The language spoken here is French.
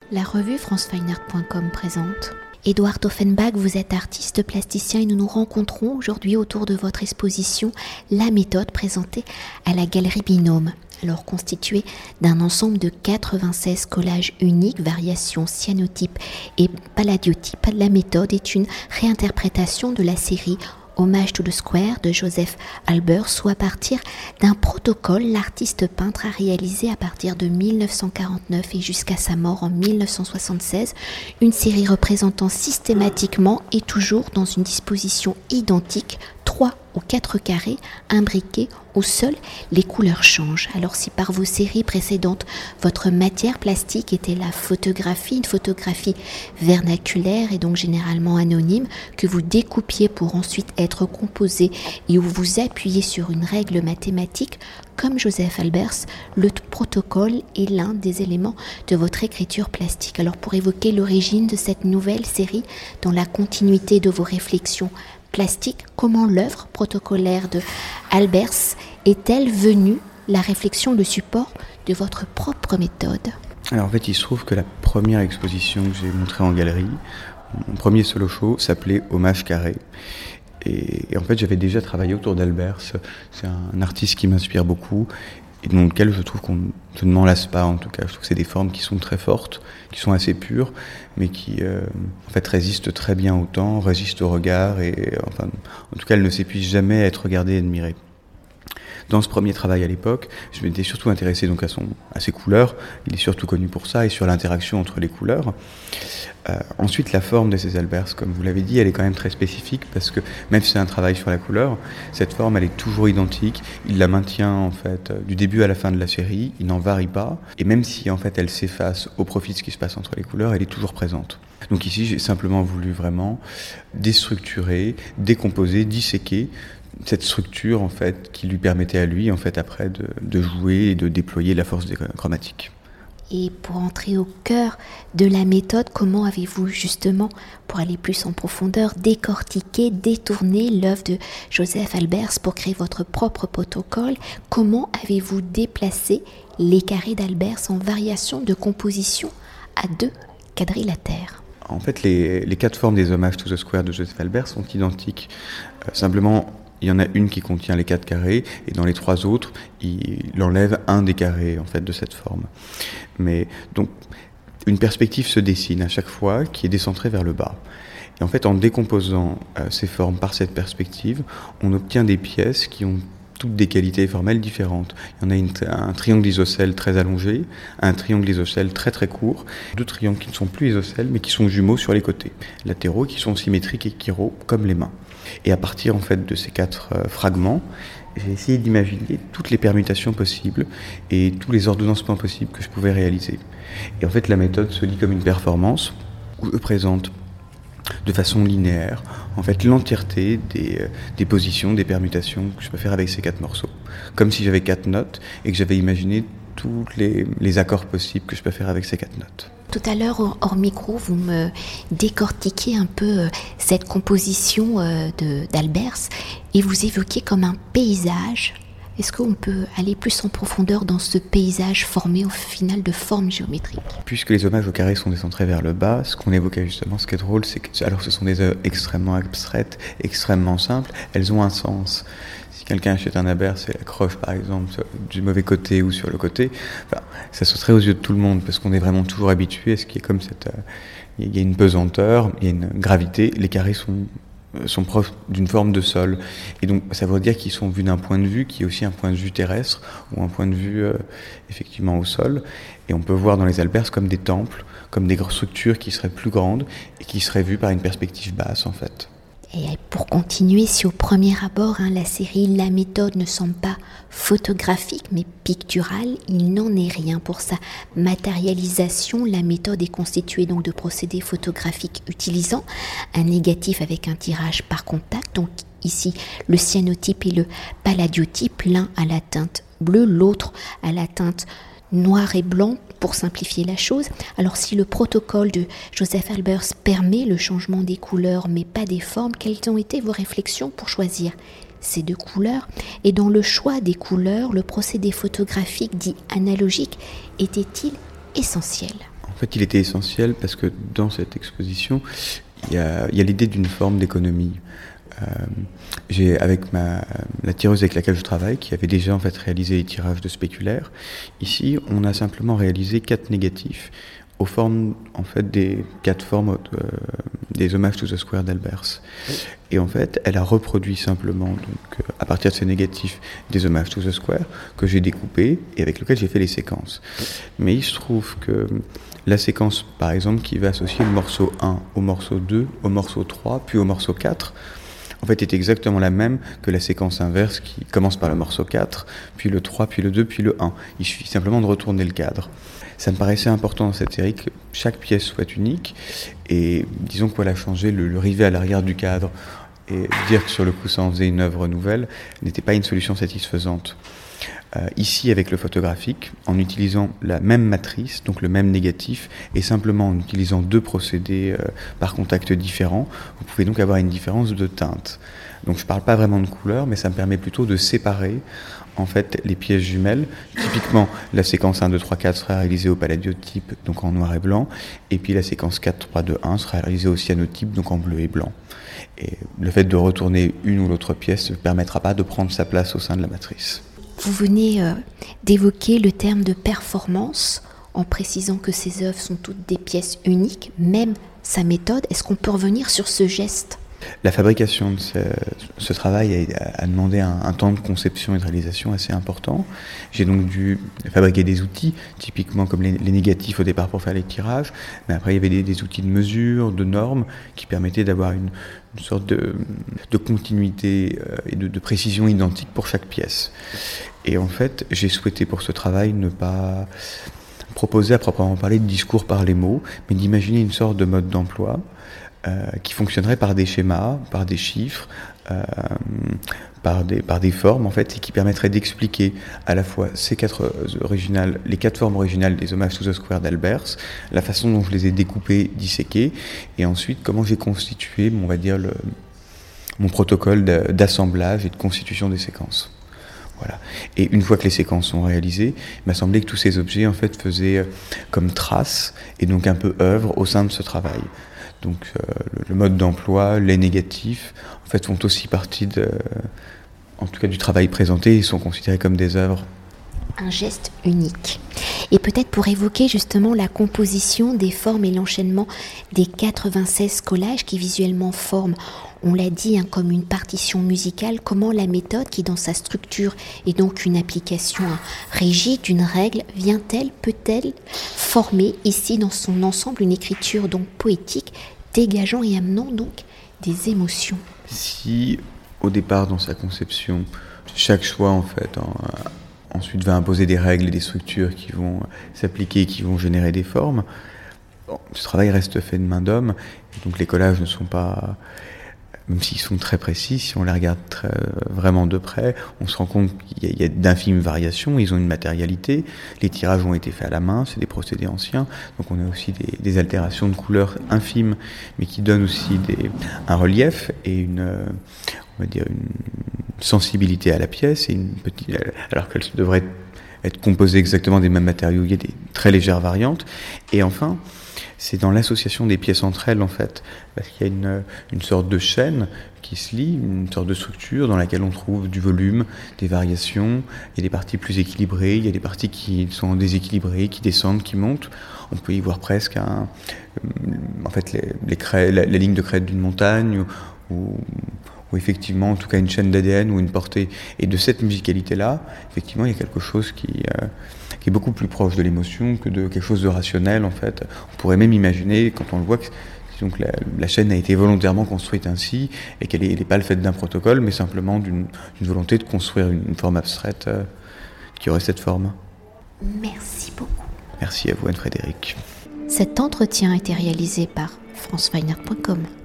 La revue francefineart.com présente. Édouard Offenbach, vous êtes artiste plasticien et nous nous rencontrons aujourd'hui autour de votre exposition La méthode présentée à la Galerie Binôme. Alors constituée d'un ensemble de 96 collages uniques, variations cyanotypes et palladiotypes, la méthode est une réinterprétation de la série Hommage to the Square de Joseph Albers, soit à partir d'un protocole, l'artiste peintre a réalisé à partir de 1949 et jusqu'à sa mort en 1976, une série représentant systématiquement et toujours dans une disposition identique 3 ou 4 carrés imbriqués où seules les couleurs changent. Alors si par vos séries précédentes, votre matière plastique était la photographie, une photographie vernaculaire et donc généralement anonyme, que vous découpiez pour ensuite être composée et où vous appuyez sur une règle mathématique, comme Joseph Albers, le protocole est l'un des éléments de votre écriture plastique. Alors pour évoquer l'origine de cette nouvelle série dans la continuité de vos réflexions plastique, comment l'œuvre protocolaire de Albers est-elle venue, la réflexion, le support de votre propre méthode? Alors en fait, il se trouve que la première exposition que j'ai montrée en galerie, mon premier solo show, s'appelait Hommage carré. Et en fait, j'avais déjà travaillé autour d'Albers. C'est un artiste qui m'inspire beaucoup et dans lequel je trouve qu'on ne m'en lasse pas, en tout cas. Je trouve que c'est des formes qui sont très fortes, qui sont assez pures, mais qui en fait résistent très bien au temps, résistent au regard, et enfin, en tout cas, elles ne s'épuisent jamais à être regardées et admirées. Dans ce premier travail à l'époque, je m'étais surtout intéressé donc à ses couleurs. Il est surtout connu pour ça, et sur l'interaction entre les couleurs. Ensuite, la forme de ces Albers, comme vous l'avez dit, elle est quand même très spécifique, parce que même si c'est un travail sur la couleur, cette forme, elle est toujours identique. Il la maintient en fait du début à la fin de la série, il n'en varie pas. Et même si en fait elle s'efface au profit de ce qui se passe entre les couleurs, elle est toujours présente. Donc ici, j'ai simplement voulu vraiment déstructurer, décomposer, disséquer cette structure en fait qui lui permettait à lui en fait après de jouer et de déployer la force chromatique. Et pour entrer au cœur de la méthode, comment avez-vous justement, pour aller plus en profondeur, décortiqué, détourné l'œuvre de Joseph Albers pour créer votre propre protocole? Comment avez-vous déplacé les carrés d'Albers en variation de composition à 2 quadrilatères? En fait, les 4 formes des hommages to the Square de Joseph Albers sont identiques. Simplement, il y en a une qui contient les 4 carrés, et dans les 3 autres, il enlève un des carrés en fait, de cette forme. Mais donc, une perspective se dessine à chaque fois qui est décentrée vers le bas. Et en fait, en décomposant ces formes par cette perspective, on obtient des pièces qui ont toutes des qualités formelles différentes. Il y en a un triangle isocèle très allongé, un triangle isocèle très très court, 2 triangles qui ne sont plus isocèles mais qui sont jumeaux sur les côtés, latéraux, qui sont symétriques et chiro comme les mains. Et à partir en fait de ces 4 fragments, j'ai essayé d'imaginer toutes les permutations possibles et tous les ordonnancements possibles que je pouvais réaliser. Et en fait, la méthode se lit comme une performance où je présente de façon linéaire, en fait, l'entièreté des positions, des permutations que je peux faire avec ces 4 morceaux. Comme si j'avais 4 notes et que j'avais imaginé tous les accords possibles que je peux faire avec ces 4 notes. Tout à l'heure, hors micro, vous me décortiquez un peu cette composition d'Albers et vous évoquez comme un paysage. Est-ce qu'on peut aller plus en profondeur dans ce paysage formé au final de formes géométriques? Puisque les hommages au carré sont décentrés vers le bas, ce qu'on évoquait justement, ce qui est drôle, c'est que alors ce sont des œuvres extrêmement abstraites, extrêmement simples, elles ont un sens. Si quelqu'un achète un Albers et l'accroche par exemple du mauvais côté ou sur le côté, enfin, ça sauterait aux yeux de tout le monde, parce qu'on est vraiment toujours habitué à ce qui est comme il y a une pesanteur, il y a une gravité, les carrés sont proches d'une forme de sol. Et donc ça veut dire qu'ils sont vus d'un point de vue qui est aussi un point de vue terrestre ou un point de vue effectivement au sol. Et on peut voir dans les Albers comme des temples, comme des structures qui seraient plus grandes et qui seraient vues par une perspective basse en fait. Et pour continuer, si au premier abord, la série La méthode ne semble pas photographique mais picturale, il n'en est rien. Pour sa matérialisation, la méthode est constituée donc de procédés photographiques utilisant un négatif avec un tirage par contact. Donc ici, le cyanotype et le palladiotype, l'un à la teinte bleue, l'autre à la teinte noir et blanc, pour simplifier la chose. Alors si le protocole de Joseph Albers permet le changement des couleurs mais pas des formes, quelles ont été vos réflexions pour choisir ces 2 couleurs? Et dans le choix des couleurs, le procédé photographique dit analogique était-il essentiel? En fait, il était essentiel parce que dans cette exposition, il y a l'idée d'une forme d'économie. J'ai avec la tireuse avec laquelle je travaille, qui avait déjà en fait réalisé les tirages de spéculaires. Ici, on a simplement réalisé 4 négatifs aux formes en fait des 4 formes des hommages to the square d'Albers. Et en fait, elle a reproduit simplement donc à partir de ces négatifs des hommages to the square que j'ai découpés et avec lesquels j'ai fait les séquences. Mais il se trouve que la séquence, par exemple, qui va associer le morceau 1 au morceau 2, au morceau 3, puis au morceau 4, en fait, est exactement la même que la séquence inverse qui commence par le morceau 4, puis le 3, puis le 2, puis le 1. Il suffit simplement de retourner le cadre. Ça me paraissait important dans cette série que chaque pièce soit unique et disons qu'on a changé le rivet à l'arrière du cadre et dire que sur le coup ça en faisait une œuvre nouvelle n'était pas une solution satisfaisante. Ici, avec le photographique, en utilisant la même matrice, donc le même négatif, et simplement en utilisant 2 procédés par contact différents, vous pouvez donc avoir une différence de teinte. Donc je ne parle pas vraiment de couleur, mais ça me permet plutôt de séparer en fait les pièces jumelles. Typiquement, la séquence 1, 2, 3, 4 sera réalisée au palladiottype, donc en noir et blanc, et puis la séquence 4, 3, 2, 1 sera réalisée au cyanotype, donc en bleu et blanc. Et le fait de retourner une ou l'autre pièce ne permettra pas de prendre sa place au sein de la matrice. Vous venez d'évoquer le terme de performance en précisant que ces œuvres sont toutes des pièces uniques, même sa méthode. Est-ce qu'on peut revenir sur ce geste ? La fabrication de ce travail a demandé un temps de conception et de réalisation assez important. J'ai donc dû fabriquer des outils, typiquement comme les négatifs au départ pour faire les tirages, mais après il y avait des outils de mesure, de normes, qui permettaient d'avoir une sorte de continuité et de précision identique pour chaque pièce. Et en fait, j'ai souhaité pour ce travail ne pas proposer à proprement parler de discours par les mots, mais d'imaginer une sorte de mode d'emploi qui fonctionnerait par des schémas, par des chiffres, par des formes en fait, et qui permettrait d'expliquer à la fois les 4 formes originales des hommages to the square d'Albers, la façon dont je les ai découpées, disséquées, et ensuite comment j'ai constitué, on va dire, mon protocole d'assemblage et de constitution des séquences. Voilà. Et une fois que les séquences sont réalisées, il m'a semblé que tous ces objets en fait faisaient comme trace et donc un peu œuvre au sein de ce travail. Donc le mode d'emploi, les négatifs, en fait, font aussi partie en tout cas du travail présenté et sont considérés comme des œuvres. Un geste unique. Et peut-être pour évoquer justement la composition des formes et l'enchaînement des 96 collages qui visuellement forment, on l'a dit, comme une partition musicale, comment la méthode qui dans sa structure est donc une application rigide d'une règle, peut-elle former ici dans son ensemble une écriture donc poétique, dégageant et amenant donc des émotions. Si au départ dans sa conception, chaque choix en fait ensuite va imposer des règles et des structures qui vont s'appliquer, qui vont générer des formes, ce travail reste fait de main d'homme, donc les collages ne sont pas, même s'ils sont très précis, si on les regarde vraiment de près, on se rend compte qu'il y a d'infimes variations, ils ont une matérialité, les tirages ont été faits à la main, c'est des procédés anciens, donc on a aussi des altérations de couleurs infimes, mais qui donnent aussi un relief et on va dire une sensibilité à la pièce, et alors qu'elle devrait être composée exactement des mêmes matériaux, il y a des très légères variantes, et enfin, c'est dans l'association des pièces entre elles, en fait, parce qu'il y a une sorte de chaîne qui se lie, une sorte de structure dans laquelle on trouve du volume, des variations, il y a des parties plus équilibrées, il y a des parties qui sont déséquilibrées, qui descendent, qui montent. On peut y voir presque en fait, la ligne de crête d'une montagne, ou effectivement, en tout cas, une chaîne d'ADN ou une portée. Et de cette musicalité-là, effectivement, il y a quelque chose qui est beaucoup plus proche de l'émotion que de quelque chose de rationnel, en fait. On pourrait même imaginer, quand on le voit, que donc la chaîne a été volontairement construite ainsi, et qu'elle n'est pas le fait d'un protocole, mais simplement d'une volonté de construire une forme abstraite qui aurait cette forme. Merci beaucoup. Merci à vous, Anne-Frédérique. Cet entretien a été réalisé par franceweiner.com.